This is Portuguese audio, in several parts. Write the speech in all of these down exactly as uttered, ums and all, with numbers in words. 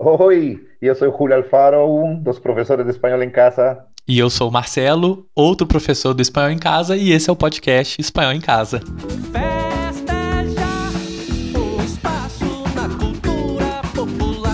Oi, eu sou Julio Alfaro, um dos professores de espanhol em casa. E eu sou o Marcelo, outro professor do Espanhol em Casa, e esse é o podcast Espanhol em Casa. Festeja o espaço na cultura popular.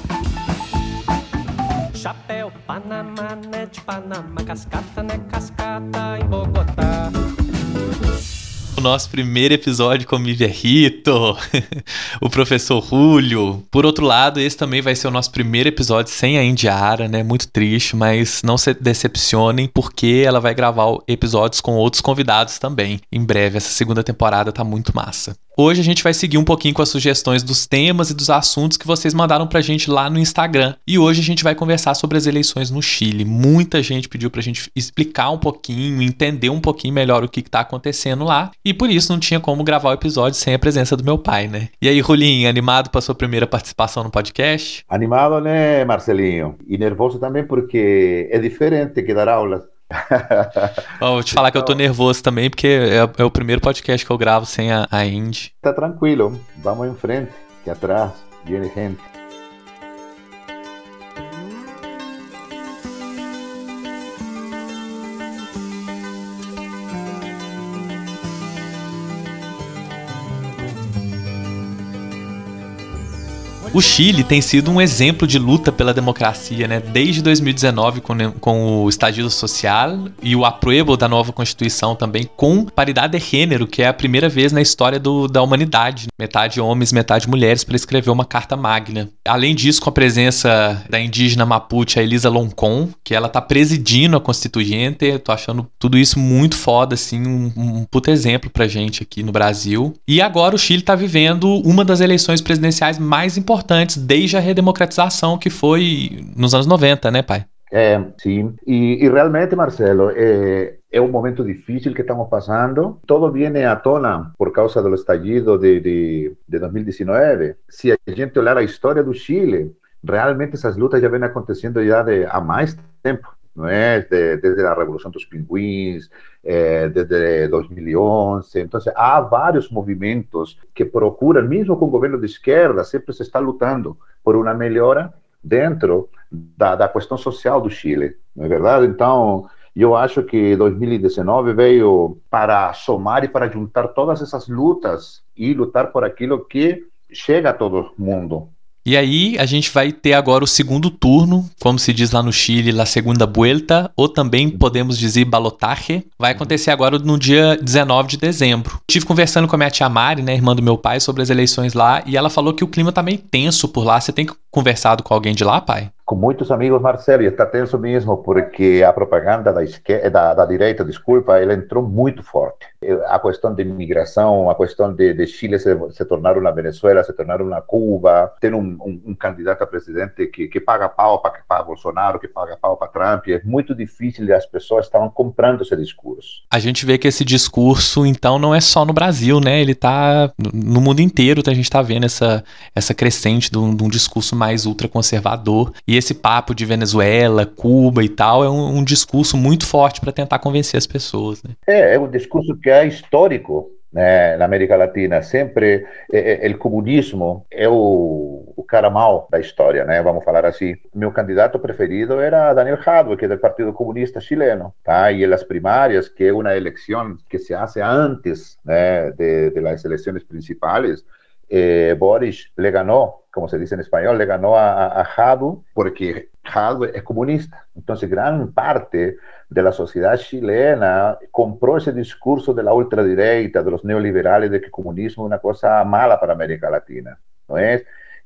Chapéu, Panamá, né de Panamá, cascata, né cascata em Bogotá. O nosso primeiro episódio com o Mívia Rito, o professor Julio. Por outro lado, esse também vai ser o nosso primeiro episódio sem a Indiara, né? Muito triste, mas não se decepcionem, porque ela vai gravar episódios com outros convidados também. Em breve, essa segunda temporada tá muito massa. Hoje a gente vai seguir um pouquinho com as sugestões dos temas e dos assuntos que vocês mandaram pra gente lá no Instagram. E hoje a gente vai conversar sobre as eleições no Chile. Muita gente pediu pra gente explicar um pouquinho, entender um pouquinho melhor o que que tá acontecendo lá. E por isso não tinha como gravar o episódio sem a presença do meu pai, né? E aí, Rulinho, animado pra sua primeira participação no podcast? Animado, né, Marcelinho? E nervoso também porque é diferente que dar aulas. Oh, vou te falar que eu tô nervoso também, porque é, é o primeiro podcast que eu gravo sem a, a Indy. Tá tranquilo, vamos em frente, que atrás vem gente. O Chile tem sido um exemplo de luta pela democracia, né? Desde dois mil e dezenove, com, com o Estallido Social e o apruebo da nova Constituição também, com paridade de gênero, que é a primeira vez na história do, da humanidade. Metade homens, metade mulheres, para escrever uma carta magna. Além disso, com a presença da indígena Mapuche, a Elisa Loncon, que ela tá presidindo a Constituinte. Eu tô achando tudo isso muito foda, assim, um, um puto exemplo pra gente aqui no Brasil. E agora o Chile tá vivendo uma das eleições presidenciais mais importantes desde a redemocratização, que foi nos anos noventa, né, pai? É, sim. E, e realmente, Marcelo, é, é um momento difícil que estamos passando. Todo vem à tona por causa do estallido de, de, de dois mil e dezenove. Se a gente olhar a história do Chile, realmente essas lutas já vêm acontecendo já de, há mais tempo. Não é? De, desde a Revolução dos Pinguins, eh, desde dois mil e onze. Então, há vários movimentos que procuram, mesmo com o governo de esquerda, sempre se está lutando por uma melhora dentro da, da questão social do Chile, não é verdade? Então, eu acho que dois mil e dezenove veio para somar e para juntar todas essas lutas e lutar por aquilo que chega a todo mundo. E aí, a gente vai ter agora o segundo turno, como se diz lá no Chile, la segunda vuelta, ou também podemos dizer balotaje. Vai acontecer agora no dia dezenove de dezembro. Estive conversando com a minha tia Mari, né, irmã do meu pai, sobre as eleições lá, e ela falou que o clima tá meio tenso por lá. Você tem conversado com alguém de lá, pai? Com muitos amigos, Marcelo, e está tenso mesmo, porque a propaganda da, esquerda, da, da direita, desculpa, ela entrou muito forte. A questão de imigração, a questão de, de Chile se, se tornar uma Venezuela, se tornar uma Cuba, ter um, um, um candidato a presidente que, que paga pau para Bolsonaro, que paga pau para Trump, é muito difícil e as pessoas estavam comprando esse discurso. A gente vê que esse discurso, então, não é só no Brasil, né? Ele está no mundo inteiro, a gente está vendo essa, essa crescente de um, de um discurso mais ultraconservador. E esse papo de Venezuela, Cuba e tal é um, um discurso muito forte para tentar convencer as pessoas, né? É, é um discurso que é histórico, né, na América Latina. Sempre é, é, o comunismo é o, o cara mau da história, né? Vamos falar assim. Meu candidato preferido era Daniel Jadwe, que é do Partido Comunista Chileno, tá? E as primárias, que é uma eleição que se hace antes, né, de, de las eleições principais, eh, Boris le ganó, como se diz em espanhol, le ganó a, a Jadwe, porque Jadwe é comunista. Então, grande parte da sociedade chilena comprou esse discurso da ultradireita, dos neoliberales, de que o comunismo é uma coisa mala para a América Latina, não é?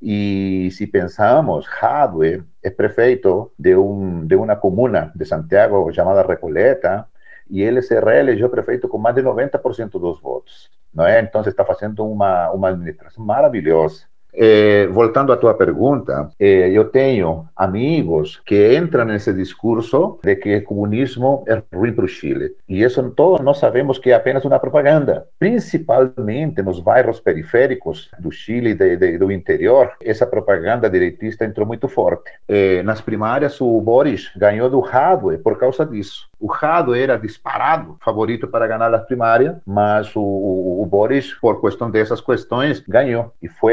E se pensamos, Jadwe é prefeito de, um, de uma comuna de Santiago chamada Recoleta, e ele se reelegeu prefeito com mais de noventa por cento dos votos, não é? Então, está fazendo uma, uma administração maravilhosa. Eh, voltando à tua pergunta, eh, eu tenho amigos que entram nesse discurso de que o comunismo é ruim para o Chile. E isso todos nós sabemos que é apenas uma propaganda. Principalmente nos bairros periféricos do Chile, de, de, do interior, essa propaganda direitista entrou muito forte. Eh, nas primárias, o Boris ganhou do Jadwe por causa disso. O Jadwe era disparado favorito para ganhar as primárias, mas o, o, o Boris, por questão dessas questões, ganhou. E foi para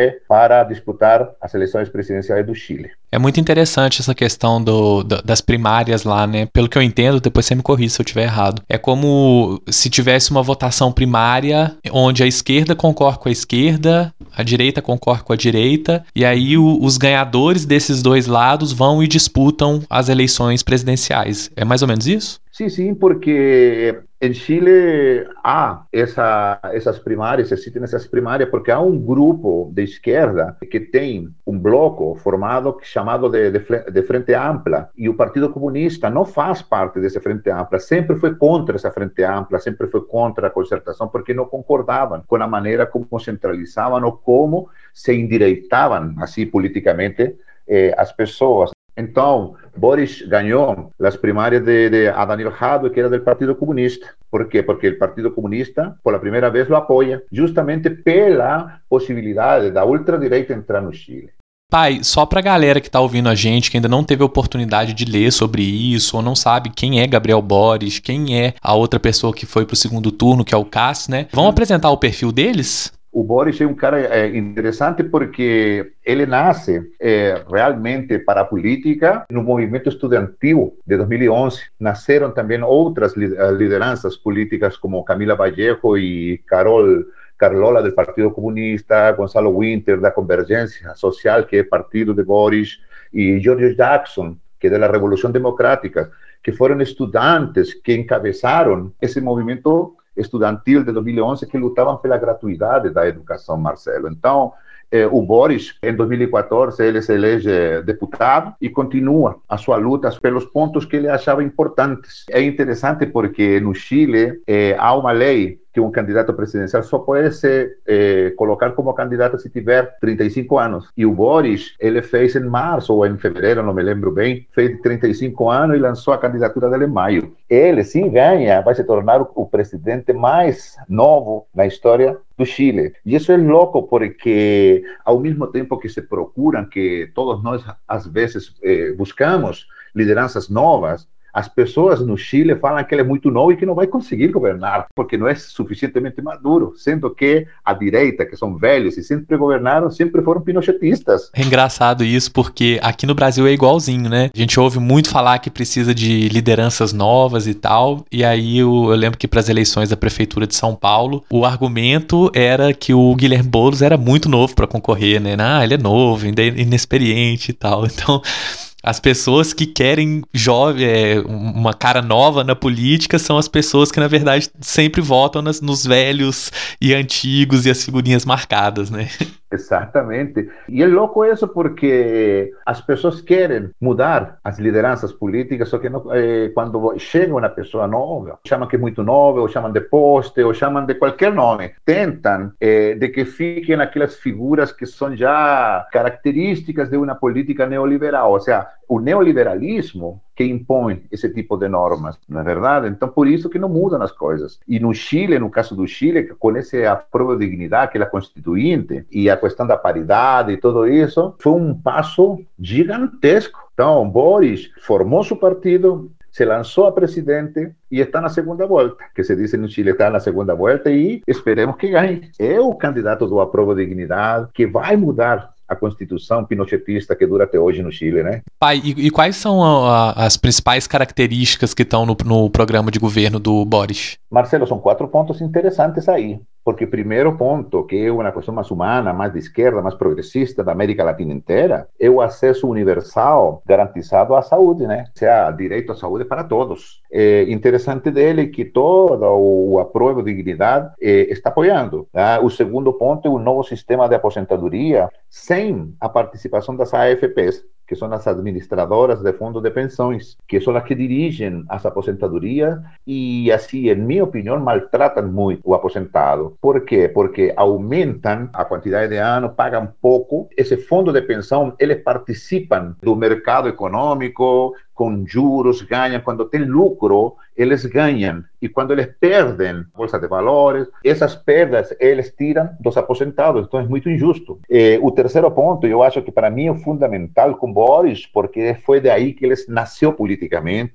para disputar as eleições presidenciais do Chile. É muito interessante essa questão do, do, das primárias lá, né? Pelo que eu entendo, depois você me corrige se eu estiver errado. É como se tivesse uma votação primária onde a esquerda concorre com a esquerda, a direita concorre com a direita, e aí o, os ganhadores desses dois lados vão e disputam as eleições presidenciais. É mais ou menos isso? Sim, sim, porque em Chile há essa, essas primárias, existem essas primárias porque há um grupo de esquerda que tem um bloco formado chamado de, de, de Frente Ampla, e o Partido Comunista não faz parte desse Frente Ampla, sempre foi contra essa Frente Ampla, sempre foi contra a concertação, porque não concordavam com a maneira como centralizavam ou como se endireitavam, assim, politicamente, eh, as pessoas. Então, Boris ganhou as primárias de, de a Daniel Jadwe, que era do Partido Comunista. Por quê? Porque o Partido Comunista, pela primeira vez, o apoia, justamente pela possibilidade da ultradireita entrar no Chile. Pai, só pra galera que tá ouvindo a gente, que ainda não teve a oportunidade de ler sobre isso, ou não sabe quem é Gabriel Boric, quem é a outra pessoa que foi pro segundo turno, que é o Cass, né? Vamos apresentar o perfil deles? O Boric é um cara é, interessante porque ele nasce é, realmente para a política no movimento estudantil de dois mil e onze. Nasceram também outras lideranças políticas como Camila Vallejo e Carol Carlola do Partido Comunista, Gonçalo Winter da Convergência Social, que é partido de Boric, e George Jackson, que é da Revolução Democrática, que foram estudantes que encabeçaram esse movimento estudantil de dois mil e onze que lutavam pela gratuidade da educação, Marcelo. Então, eh, o Boric, em dois mil e quatorze, ele se elege deputado e continua a sua luta pelos pontos que ele achava importantes. É interessante porque no Chile eh, há uma lei que um candidato presidencial só pode se eh, colocar como candidato se tiver trinta e cinco anos. E o Boric, ele fez em março ou em fevereiro, não me lembro bem, fez trinta e cinco anos e lançou a candidatura dele em maio. Ele, se ganha, vai se tornar o, o presidente mais novo na história do Chile. E isso é louco porque, ao mesmo tempo que se procuram, que todos nós, às vezes, eh, buscamos lideranças novas, as pessoas no Chile falam que ele é muito novo e que não vai conseguir governar, porque não é suficientemente maduro, sendo que a direita, que são velhos e sempre governaram, sempre foram pinochetistas. É engraçado isso, porque aqui no Brasil é igualzinho, né? A gente ouve muito falar que precisa de lideranças novas e tal, e aí eu, eu lembro que para as eleições da Prefeitura de São Paulo, o argumento era que o Guilherme Boulos era muito novo para concorrer, né? Ah, ele é novo, ainda é inexperiente e tal, então... As pessoas que querem jovem, é, uma cara nova na política são as pessoas que, na verdade, sempre votam nas, nos velhos e antigos e as figurinhas marcadas, né? Exatamente. E é louco isso porque as pessoas querem mudar as lideranças políticas, só que não, eh, quando chega uma pessoa nova, chamam que é muito nova, ou chamam de poste, ou chamam de qualquer nome. Tentam eh, de que fiquem aquelas figuras que são já características de uma política neoliberal. Ou seja, o neoliberalismo que impõe esse tipo de normas, não é verdade? Então, por isso que não mudam as coisas. E no Chile, no caso do Chile, com essa prova de dignidade, que é a constituinte, e a questão da paridade e tudo isso, foi um passo gigantesco. Então, Boris formou seu partido, se lançou a presidente e está na segunda volta, que se diz no Chile, está na segunda volta e esperemos que ganhe. É o candidato do Aprova Dignidade que vai mudar a Constituição pinochetista que dura até hoje no Chile, né? Pai, e, e quais são a, a, as principais características que estão no, no programa de governo do Boric? Marcelo, são quatro pontos interessantes aí. Porque o primeiro ponto, que é uma questão mais humana, mais de esquerda, mais progressista da América Latina inteira, é o acesso universal garantizado à saúde, né? Ou seja, direito à saúde para todos. É interessante dele é que todo o Aprova Dignidade é, está apoiando. Tá? O segundo ponto é o novo sistema de aposentadoria sem a participação das A F Pês, que são as administradoras de fundo de pensões, que são as que dirigem as aposentadorias e, assim, em minha opinião, maltratam muito o aposentado. Por quê? Porque aumentam a quantidade de anos, pagam pouco. Esse fundo de pensão, eles participam do mercado econômico, com juros, ganham. Quando tem lucro, eles ganham. E quando eles perdem bolsa de valores, essas perdas eles tiram dos aposentados. Então é muito injusto. E o terceiro ponto, eu acho que para mim é fundamental com Boris, porque foi daí que ele nasceu politicamente,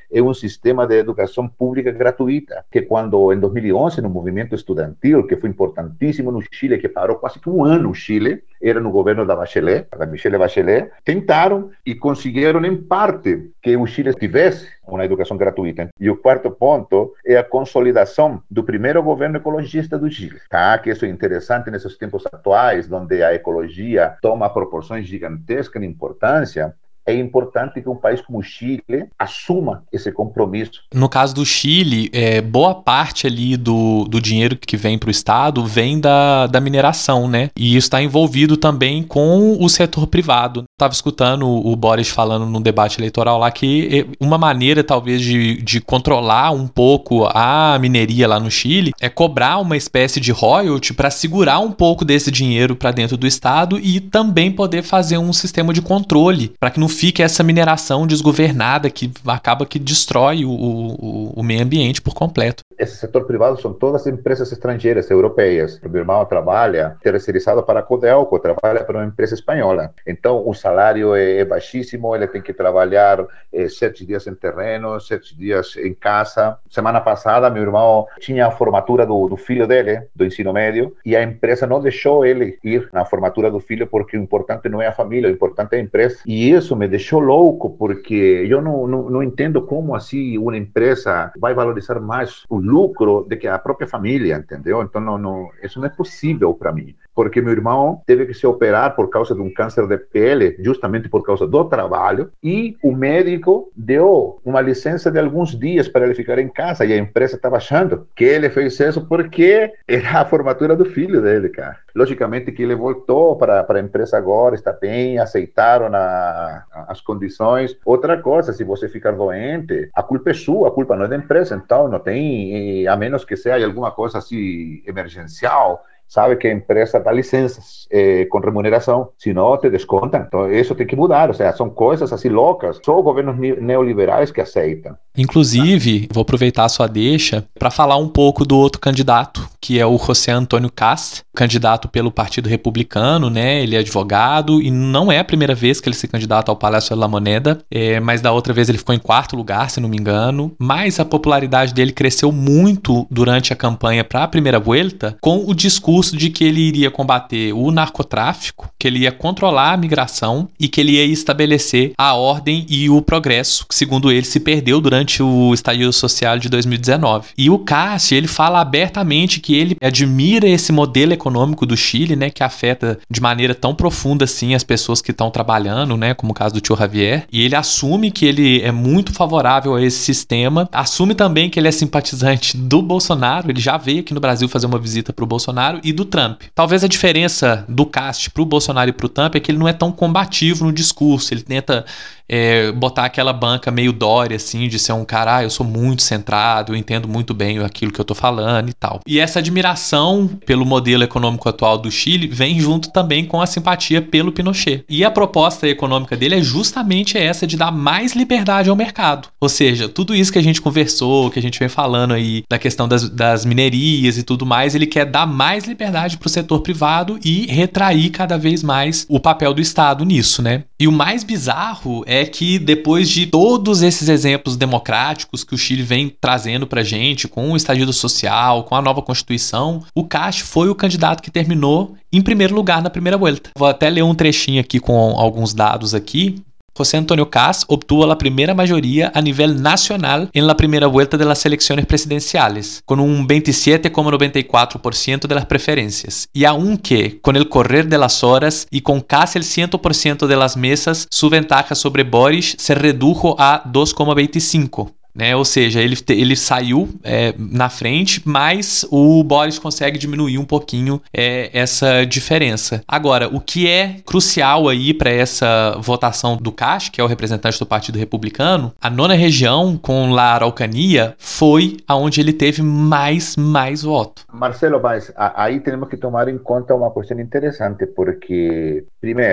é um sistema de educação pública gratuita, que quando, em dois mil e onze, no movimento estudantil, que foi importantíssimo no Chile, que parou quase que um ano o Chile, era no governo da Bachelet, da Michelle Bachelet, tentaram e conseguiram, em parte, que o Chile tivesse uma educação gratuita. E o quarto ponto é a consolidação do primeiro governo ecologista do Chile. Tá? Que isso é interessante nesses tempos atuais, onde a ecologia toma proporções gigantescas de importância. É importante que um país como o Chile assuma esse compromisso. No caso do Chile, é, boa parte ali do, do dinheiro que vem para o Estado vem da, da mineração, né? E isso está envolvido também com o setor privado. Estava escutando o Boris falando no debate eleitoral lá que uma maneira, talvez, de, de controlar um pouco a mineria lá no Chile é cobrar uma espécie de royalty para segurar um pouco desse dinheiro para dentro do Estado e também poder fazer um sistema de controle para que não fique essa mineração desgovernada que acaba que destrói o, o, o meio ambiente por completo. Esse setor privado são todas empresas estrangeiras, europeias. O meu irmão trabalha terceirizado para a Codelco, trabalha para uma empresa espanhola. Então, o salário é, é baixíssimo, ele tem que trabalhar é, sete dias em terreno, sete dias em casa. Semana passada, meu irmão tinha a formatura do, do filho dele, do ensino médio, e a empresa não deixou ele ir na formatura do filho porque o importante não é a família, o importante é a empresa. E isso me deixou louco, porque eu não, não, não entendo como assim uma empresa vai valorizar mais o lucro do que a própria família, entendeu? Então, não, não, isso não é possível para mim. Porque meu irmão teve que se operar por causa de um câncer de pele, justamente por causa do trabalho, e o médico deu uma licença de alguns dias para ele ficar em casa, e a empresa estava achando que ele fez isso porque era a formatura do filho dele, cara. Logicamente que ele voltou para, para a empresa agora, está bem, aceitaram a, as condições. Outra coisa, se você ficar doente, a culpa é sua, a culpa não é da empresa, então não tem, a menos que seja alguma coisa assim emergencial, sabe que a empresa dá licenças eh, com remuneração, senão te descontam. Então, isso tem que mudar. Ou seja, são coisas assim loucas. Só governos neoliberais que aceitam. Inclusive, vou aproveitar a sua deixa para falar um pouco do outro candidato, que é o José Antônio Kast, candidato pelo Partido Republicano, né? Ele é advogado e não é a primeira vez que ele se candidata ao Palácio de la Moneda, é, mas da outra vez ele ficou em quarto lugar, se não me engano. Mas a popularidade dele cresceu muito durante a campanha para a primeira volta, com o discurso de que ele iria combater o narcotráfico, que ele ia controlar a migração e que ele ia estabelecer a ordem e o progresso, que segundo ele se perdeu durante o estallido social de dois mil e dezenove. E o Kast, ele fala abertamente que ele admira esse modelo econômico do Chile, né, que afeta de maneira tão profunda assim as pessoas que estão trabalhando, né, como o caso do tio Javier, e ele assume que ele é muito favorável a esse sistema, assume também que ele é simpatizante do Bolsonaro, ele já veio aqui no Brasil fazer uma visita para o Bolsonaro e do Trump. Talvez a diferença do Kast pro Bolsonaro e pro Trump é que ele não é tão combativo no discurso, ele tenta é, botar aquela banca meio Dória, assim, de ser um cara, ah, eu sou muito centrado, eu entendo muito bem aquilo que eu tô falando e tal. E essa admiração pelo modelo econômico atual do Chile vem junto também com a simpatia pelo Pinochet. E a proposta econômica dele é justamente essa de dar mais liberdade ao mercado. Ou seja, tudo isso que a gente conversou, que a gente vem falando aí da questão das, das minerias e tudo mais, ele quer dar mais liberdade para o setor privado e retrair cada vez mais o papel do Estado nisso, né? E o mais bizarro é que depois de todos esses exemplos democráticos que o Chile vem trazendo pra gente, com o estallido social, com a nova Constituição, o Kast foi o candidato que terminou em primeiro lugar na primeira volta. Vou até ler um trechinho aqui com alguns dados aqui. José Antonio Kast obtuvo la primera mayoría a nivel nacional en la primera vuelta de las elecciones presidenciales, con un veintisiete coma noventa y cuatro por ciento de las preferencias. Y aunque, con el correr de las horas y con casi el cien por ciento de las mesas, su ventaja sobre Boris se redujo a dos coma veinticinco. Né? Ou seja, ele, ele saiu é, na frente, mas o Boris consegue diminuir um pouquinho é, essa diferença. Agora, o que é crucial aí para essa votação do Kast, que é o representante do Partido Republicano, a nona região com La Araucanía foi aonde ele teve mais, mais voto. Marcelo, mas aí temos que tomar em conta uma questão interessante, porque, primeiro,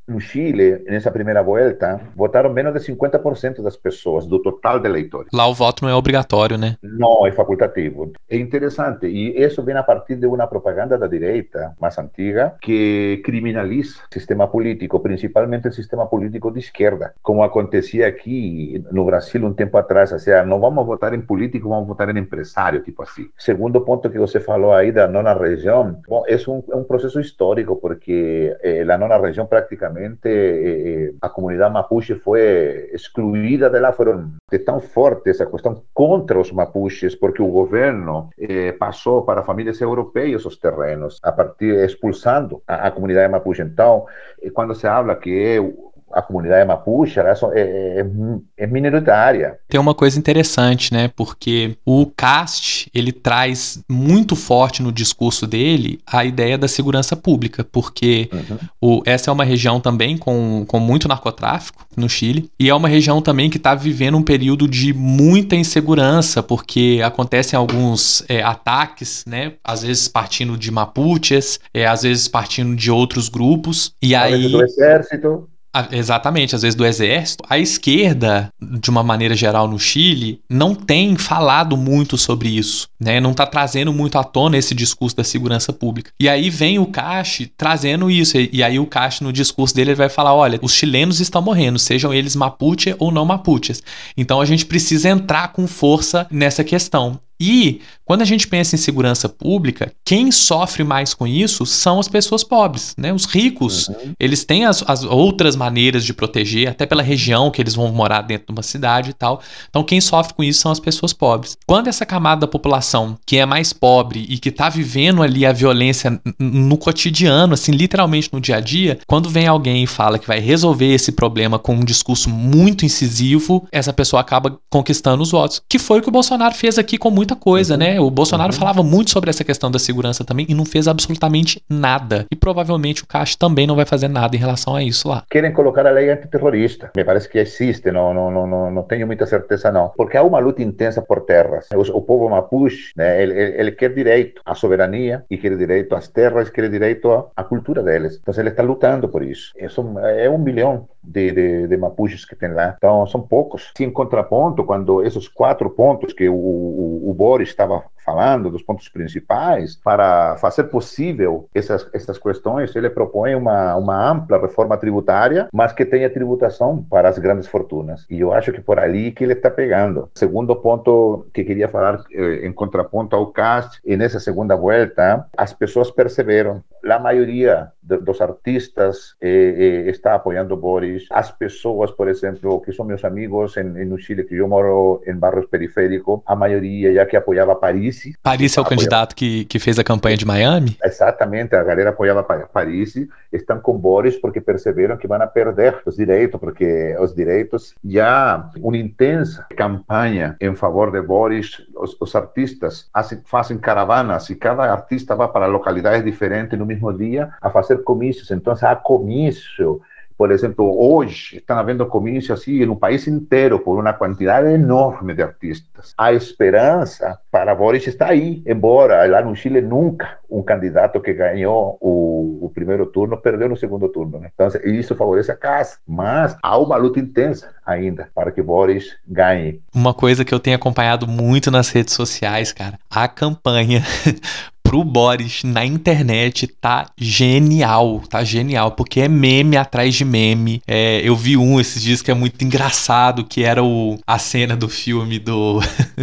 no Chile, nessa primeira volta, votaram menos de cinquenta por cento das pessoas, do total de eleitores. Lá o voto não é obrigatório, né? Não, é facultativo. É interessante, e isso vem a partir de uma propaganda da direita mais antiga que criminaliza o sistema político, principalmente o sistema político de esquerda, como acontecia aqui no Brasil um tempo atrás, ou seja, não vamos votar em político, vamos votar em empresário, tipo assim. Segundo ponto que você falou aí da nona região, bom, é um, é um processo histórico, porque eh, a nona região praticamente, eh, a comunidade mapuche foi excluída dela, foram de tão forte essa questão contra os mapuches, porque o governo eh, passou para famílias europeias os terrenos, a partir expulsando a, a comunidade mapuche. Então, eh, quando se habla que é a comunidade mapuche, ela é, é, é minoritária. Tem uma coisa interessante, né? Porque o Cast, ele traz muito forte no discurso dele a ideia da segurança pública, porque uhum. o, essa é uma região também com, com muito narcotráfico no Chile, e é uma região também que está vivendo um período de muita insegurança, porque acontecem alguns é, ataques, né? Às vezes partindo de mapuches, é, às vezes partindo de outros grupos, e às aí... vezes do exército... Exatamente, às vezes do exército. A esquerda, de uma maneira geral no Chile, não tem falado muito sobre isso, né? Não está trazendo muito à tona esse discurso da segurança pública. E aí vem o Cache trazendo isso, e aí o Cache no discurso dele ele vai falar, olha, os chilenos estão morrendo, sejam eles mapuche ou não mapuches. Então a gente precisa entrar com força nessa questão. E quando a gente pensa em segurança pública, quem sofre mais com isso são as pessoas pobres, né? Os ricos, uhum. eles têm as, as outras maneiras de proteger, até pela região que eles vão morar dentro de uma cidade e tal. Então quem sofre com isso são as pessoas pobres. Quando essa camada da população que é mais pobre e que está vivendo ali a violência no cotidiano, assim, literalmente no dia a dia, quando vem alguém e fala que vai resolver esse problema com um discurso muito incisivo, essa pessoa acaba conquistando os votos. Que foi o que o Bolsonaro fez aqui com muito muita coisa, uhum. né? O Bolsonaro uhum. falava muito sobre essa questão da segurança também e não fez absolutamente nada. E provavelmente o Cache também não vai fazer nada em relação a isso lá. Querem colocar a lei antiterrorista. Me parece que existe, não, não, não, não tenho muita certeza não. Porque há uma luta intensa por terras. O, o povo mapuche, né, ele, ele quer direito à soberania e quer direito às terras, quer direito à, à cultura deles. Então ele está lutando por isso. Isso é um milhão de, de, de mapuches que tem lá. Então são poucos. Em contraponto, quando esses quatro pontos que o, o, o Boris estava falando, dos pontos principais, para fazer possível essas, essas questões, ele propõe uma, uma ampla reforma tributária, mas que tenha tributação para as grandes fortunas. E eu acho que por ali que ele está pegando. Segundo ponto que queria falar, em contraponto ao Cast, e nessa segunda volta, as pessoas perceberam, a maioria de, dos artistas eh, eh, está apoiando o Boris. As pessoas, por exemplo, que são meus amigos em, em no Chile, que eu moro em bairros periféricos, a maioria já que apoiava Paris. Paris é o apoiava... candidato que, que fez a campanha de Miami? Exatamente, a galera apoiava Paris, estão com Boris porque perceberam que vão perder os direitos, porque os direitos, já uma intensa campanha em favor de Boris, os, os artistas fazem, fazem caravanas e cada artista vai para localidades diferentes no mesmo dia a fazer comícios, então há comício. Por exemplo, hoje estão havendo comícios assim no país inteiro por uma quantidade enorme de artistas. A esperança para Boris está aí, embora lá no Chile nunca um candidato que ganhou o, o primeiro turno perdeu no segundo turno, né? Então isso favorece a casa, mas há uma luta intensa ainda para que Boris ganhe. Uma coisa que eu tenho acompanhado muito nas redes sociais, cara, a campanha pro Boris na internet tá genial, tá genial, porque é meme atrás de meme. É, eu vi um esses dias que é muito engraçado, que era o, a cena do filme do,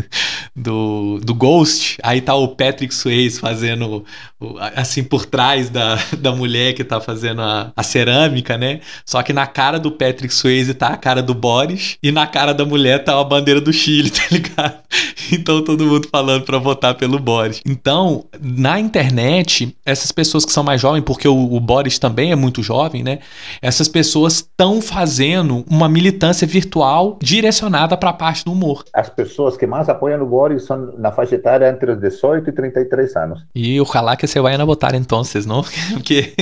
do, do Ghost, aí tá o Patrick Swayze fazendo, assim, por trás da, da mulher que tá fazendo a, a cerâmica, né? Só que na cara do Patrick Swayze tá a cara do Boris e na cara da mulher tá a bandeira do Chile, tá ligado? Então todo mundo falando pra votar pelo Boris. Então, na internet, essas pessoas que são mais jovens, porque o, o Boris também é muito jovem, né? Essas pessoas estão fazendo uma militância virtual direcionada para a parte do humor. As pessoas que mais mais apoiam o Boris são na faixa etária entre os dezoito e trinta e três anos. E ojalá que você vai a votar então, não? Porque...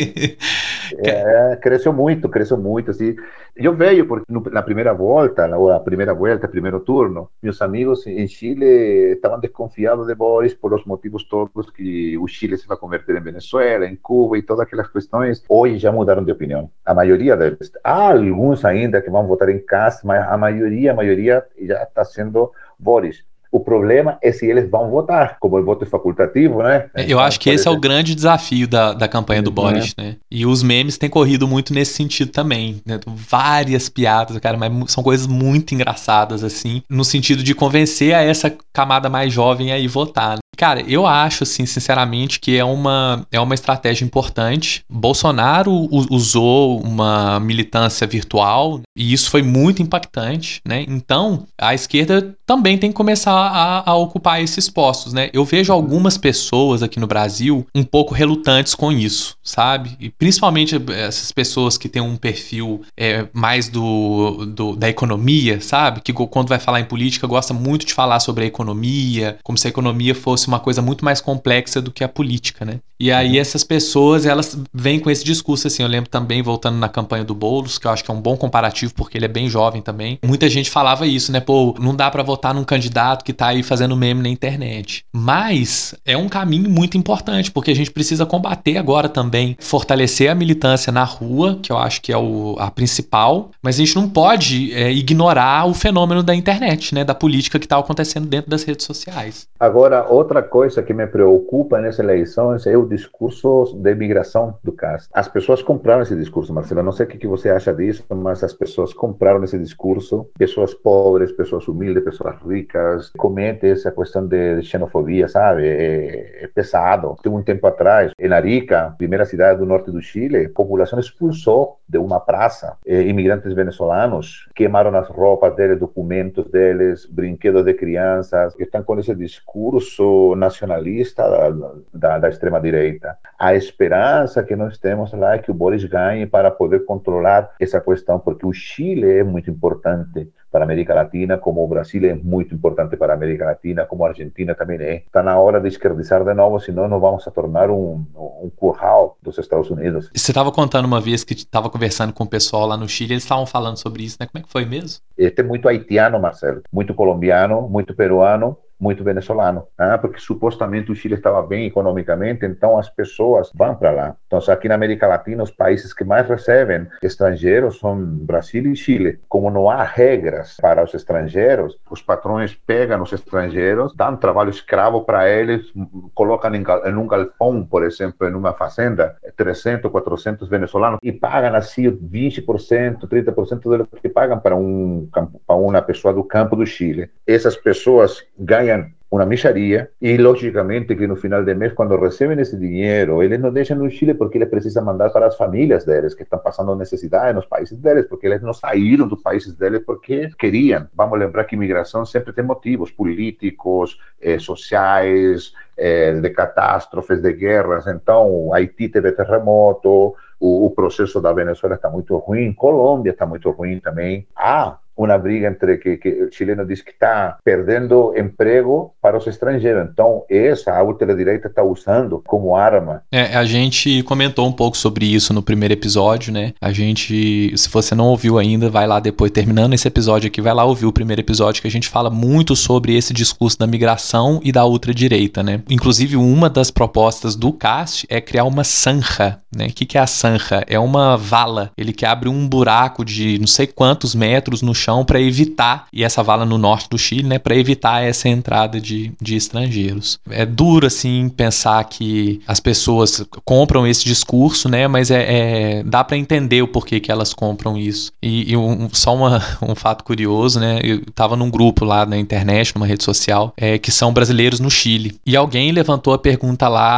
é, cresceu muito, cresceu muito, assim. Eu vejo, porque no, na primeira volta, na primeira volta, primeiro turno, meus amigos em Chile estavam desconfiados de Boris por os motivos todos que o Chile se vai converter em Venezuela, em Cuba e todas aquelas questões. Hoje já mudaram de opinião. A maioria deles. Há alguns ainda que vão votar em casa, mas a maioria, a maioria já está sendo Boris. O problema é se eles vão votar, como o voto é facultativo, né? Eu então, acho que esse é o grande desafio da, da campanha do uhum. Boris, né? E os memes têm corrido muito nesse sentido também, né? Várias piadas, cara, mas são coisas muito engraçadas, assim, no sentido de convencer a essa camada mais jovem a ir votar, né? Cara, eu acho, assim, sinceramente, que é uma, é uma estratégia importante. Bolsonaro usou uma militância virtual e isso foi muito impactante, né? Então, a esquerda também tem que começar a, a ocupar esses postos, né? Eu vejo algumas pessoas aqui no Brasil um pouco relutantes com isso, sabe? E principalmente essas pessoas que têm um perfil é, mais do, do, da economia, sabe? Que quando vai falar em política gosta muito de falar sobre a economia, como se a economia fosse uma coisa muito mais complexa do que a política, né? E aí essas pessoas, elas vêm com esse discurso, assim, eu lembro também, voltando na campanha do Boulos, que eu acho que é um bom comparativo, porque ele é bem jovem também, muita gente falava isso, né? Pô, não dá pra votar num candidato que tá aí fazendo meme na internet. Mas é um caminho muito importante, porque a gente precisa combater agora também, fortalecer a militância na rua, que eu acho que é o, a principal, mas a gente não pode é, ignorar o fenômeno da internet, né? Da política que tá acontecendo dentro das redes sociais. Agora, outra coisa que me preocupa nessa eleição é o discurso de imigração do Cast. As pessoas compraram esse discurso, Marcelo. Eu não sei o que você acha disso, mas as pessoas compraram esse discurso. Pessoas pobres, pessoas humildes, pessoas ricas. Comente essa questão de xenofobia, sabe? É, é pesado. Tem um tempo atrás, em Arica, primeira cidade do norte do Chile, a população expulsou de uma praça eh, imigrantes venezuelanos, queimaram as roupas deles, documentos deles, brinquedos de crianças, que estão com esse discurso nacionalista da, da, da extrema-direita. A esperança que nós temos lá é que o Boris ganhe para poder controlar essa questão, porque o Chile é muito importante para a América Latina, como o Brasil é muito importante para a América Latina, como a Argentina também é. Está na hora de esquerdizar de novo, senão nós vamos a tornar um, um curral dos Estados Unidos. Você estava contando uma vez que estava conversando com o pessoal lá no Chile, eles estavam falando sobre isso, né? Como é que foi mesmo? Tem muito haitiano, Marcelo, muito colombiano, muito peruano, muito venezuelano, ah, porque supostamente o Chile estava bem economicamente, então as pessoas vão para lá. Então, aqui na América Latina, os países que mais recebem estrangeiros são Brasil e Chile. Como não há regras para os estrangeiros, os patrões pegam os estrangeiros, dão trabalho escravo para eles, colocam em, em um galpão, por exemplo, em uma fazenda, trezentos, quatrocentos venezuelanos, e pagam assim vinte por cento, trinta por cento do que pagam para, um, para uma pessoa do campo do Chile. Essas pessoas ganham uma mixaria e, logicamente, que no final do mês, quando recebem esse dinheiro, eles não deixam no Chile porque eles precisam mandar para as famílias deles, que estão passando necessidade nos países deles, porque eles não saíram dos países deles porque queriam. Vamos lembrar que imigração sempre tem motivos políticos, eh, sociais, eh, de catástrofes, de guerras. Então, Haiti teve terremoto, o, o processo da Venezuela está muito ruim, Colômbia está muito ruim também. Ah, uma briga entre que, que o chileno diz que está perdendo emprego para os estrangeiros. Então, essa a ultradireita está usando como arma. É, a gente comentou um pouco sobre isso no primeiro episódio, né? A gente, se você não ouviu ainda, vai lá depois, terminando esse episódio aqui, vai lá ouvir o primeiro episódio, que a gente fala muito sobre esse discurso da migração e da ultradireita, né? Inclusive, uma das propostas do Cast é criar uma zanja, né? O que, que é a zanja? É uma vala. Ele que abre um buraco de não sei quantos metros no chão para evitar, e essa vala no norte do Chile, né, para evitar essa entrada de, de estrangeiros. É duro, assim, pensar que as pessoas compram esse discurso, né, mas é, é dá para entender o porquê que elas compram isso. E, e um, só uma, um fato curioso, né, eu tava num grupo lá na internet, numa rede social, é, que são brasileiros no Chile, e alguém levantou a pergunta lá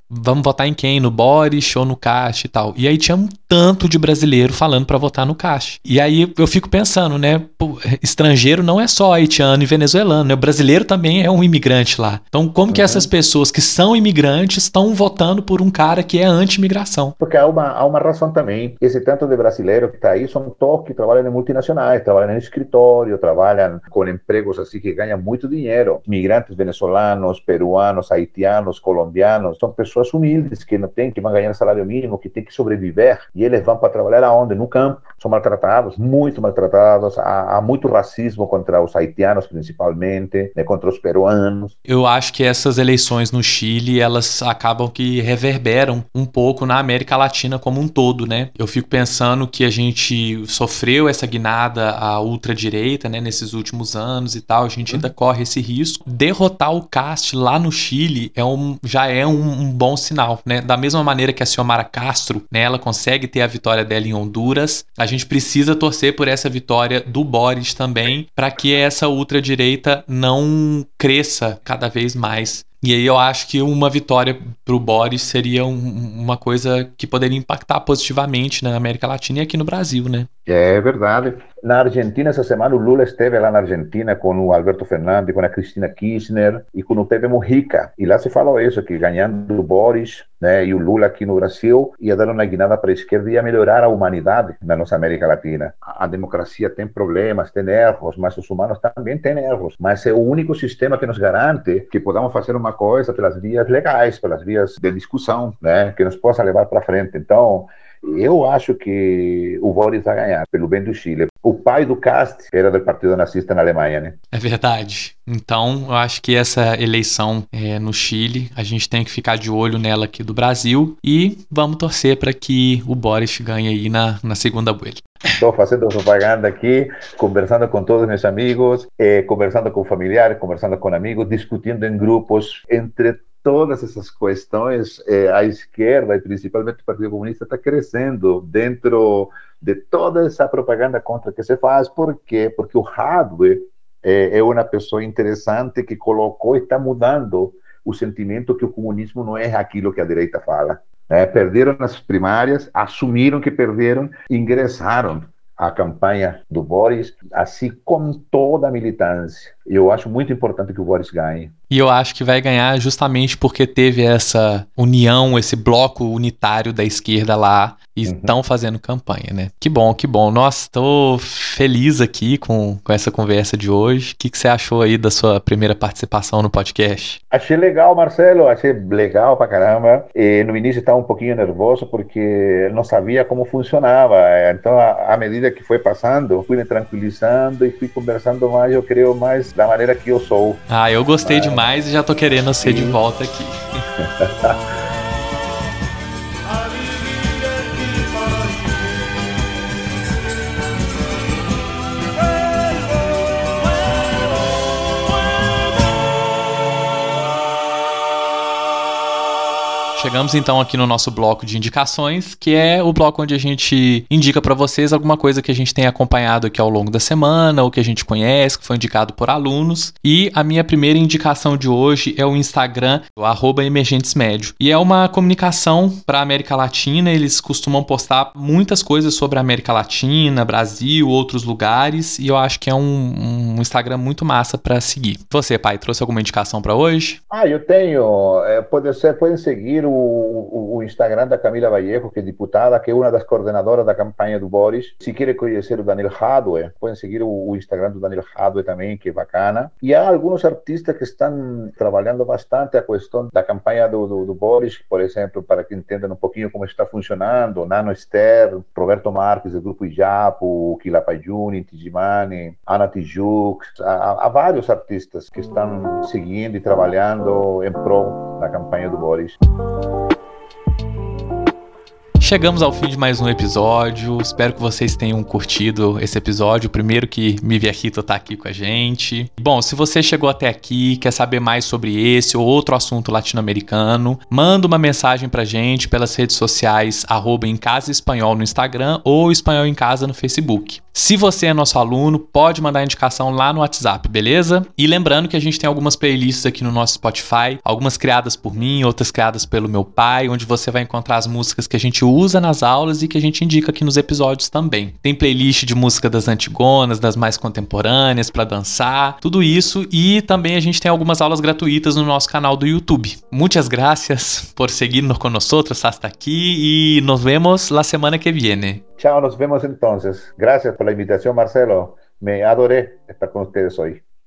vamos votar em quem? No Boric ou no Cast e tal. E aí tinha um tanto de brasileiro falando pra votar no Cast. E aí eu fico pensando, né? Pô, estrangeiro não é só haitiano e venezuelano, né? O brasileiro também é um imigrante lá. Então, como que essas pessoas que são imigrantes estão votando por um cara que é anti-imigração? Porque há uma, há uma razão também. Esse tanto de brasileiro que está aí são todos que trabalham em multinacionais, trabalham em escritório, trabalham com empregos assim que ganham muito dinheiro. Migrantes venezuelanos, peruanos, haitianos, colombianos, são pessoas humildes que não têm, que vão ganhar salário mínimo, que têm que sobreviver. E eles vão para trabalhar aonde? No campo. São maltratados, muito maltratados. Há, há muito racismo contra os haitianos, principalmente, né, contra os peruanos. Eu acho que essas eleições no Chile, elas acabam que reverberam um pouco na América Latina como um todo, né? Eu fico pensando que a gente sofreu essa guinada à ultradireita, né, nesses últimos anos e tal, a gente ainda corre esse risco. Derrotar o Cast lá no Chile é um, já é um, um bom sinal, né? Da mesma maneira que a Xiomara Castro, né, ela consegue ter a vitória dela em Honduras, a gente precisa torcer por essa vitória do Boric também, para que essa ultradireita não cresça cada vez mais. E aí eu acho que uma vitória pro Boric seria um, uma coisa que poderia impactar positivamente na América Latina e aqui no Brasil, né? É verdade. Na Argentina, essa semana, o Lula esteve lá na Argentina com o Alberto Fernandes, com a Cristina Kirchner e com o Pepe Mujica. E lá se falou isso, que ganhando o Boric, né, e o Lula aqui no Brasil, ia dar uma guinada para a esquerda e ia melhorar a humanidade na nossa América Latina. A democracia tem problemas, tem erros, mas os humanos também têm erros. Mas é o único sistema que nos garante que podamos fazer uma coisa pelas vias legais, pelas vias de discussão, né, que nos possa levar para frente. Então, eu acho que o Boric vai ganhar, pelo bem do Chile. O pai do Cast era do Partido Nazista na Alemanha, né? É verdade. Então, eu acho que essa eleição é, no Chile, a gente tem que ficar de olho nela aqui do Brasil e vamos torcer para que o Boric ganhe aí na, na segunda vuelta. Estou fazendo propaganda aqui, conversando com todos meus amigos, eh, conversando com familiares, conversando com amigos, discutindo em grupos entre todas essas questões. Eh, a esquerda, e principalmente o Partido Comunista, está crescendo dentro de toda essa propaganda contra que se faz. Por quê? Porque o Jadwe eh, é uma pessoa interessante que colocou e está mudando o sentimento que o comunismo não é aquilo que a direita fala. É, perderam nas primárias, assumiram que perderam, ingressaram à campanha do Boric, assim com toda a militância. Eu acho muito importante que o Boric ganhe. E eu acho que vai ganhar justamente porque teve essa união, esse bloco unitário da esquerda lá e estão uhum. fazendo campanha, né? Que bom, que bom. Nossa, tô feliz aqui com, com essa conversa de hoje. O que, que você achou aí da sua primeira participação no podcast? Achei legal, Marcelo. Achei legal pra caramba. E no início estava um pouquinho nervoso porque não sabia como funcionava. Então, à medida que foi passando, fui me tranquilizando e fui conversando mais, eu creio, mais da maneira que eu sou. Ah, eu gostei Mas... demais. Mas já tô querendo ser de volta aqui. Chegamos então aqui no nosso bloco de indicações, que é o bloco onde a gente indica para vocês alguma coisa que a gente tem acompanhado aqui ao longo da semana, ou que a gente conhece, que foi indicado por alunos. E a minha primeira indicação de hoje é o Instagram, o arroba emergentesmédio. E é uma comunicação para a América Latina, eles costumam postar muitas coisas sobre a América Latina, Brasil, outros lugares, e eu acho que é um, um Instagram muito massa para seguir. Você, pai, trouxe alguma indicação para hoje? Ah, eu tenho. É, pode ser, podem seguir o, o, o Instagram da Camila Vallejo, que é diputada, que é uma das coordenadoras da campanha do Boric. Se querem conhecer o Daniel Jadwe, podem seguir o, o Instagram do Daniel Jadwe também, que é bacana. E há alguns artistas que estão trabalhando bastante a questão da campanha do, do, do Boric, por exemplo, para que entendam um pouquinho como está funcionando. Nano Esther, Roberto Marques, do Grupo Ijapo, Quilapayún, Tijimani, Ana Tijoux. Há, há vários artistas que estão seguindo e trabalhando em prol da campanha do Boric. Chegamos ao fim de mais um episódio, espero que vocês tenham curtido esse episódio, primeiro que Mívia Rito tá aqui com a gente. Bom, se você chegou até aqui, quer saber mais sobre esse ou outro assunto latino-americano, manda uma mensagem pra gente pelas redes sociais, arroba em Casa Espanhol no Instagram ou Espanhol em Casa no Facebook. Se você é nosso aluno, pode mandar indicação lá no WhatsApp, beleza? E lembrando que a gente tem algumas playlists aqui no nosso Spotify, algumas criadas por mim, outras criadas pelo meu pai, onde você vai encontrar as músicas que a gente usa nas aulas e que a gente indica aqui nos episódios também. Tem playlist de música das antigonas, das mais contemporâneas, para dançar, tudo isso. E também a gente tem algumas aulas gratuitas no nosso canal do YouTube. Muitas gracias por seguirnos con nosotros hasta aquí y nos vemos la semana que viene. Chao, nos vemos entonces. Gracias por la invitación, Marcelo. Me adoré estar con ustedes hoy.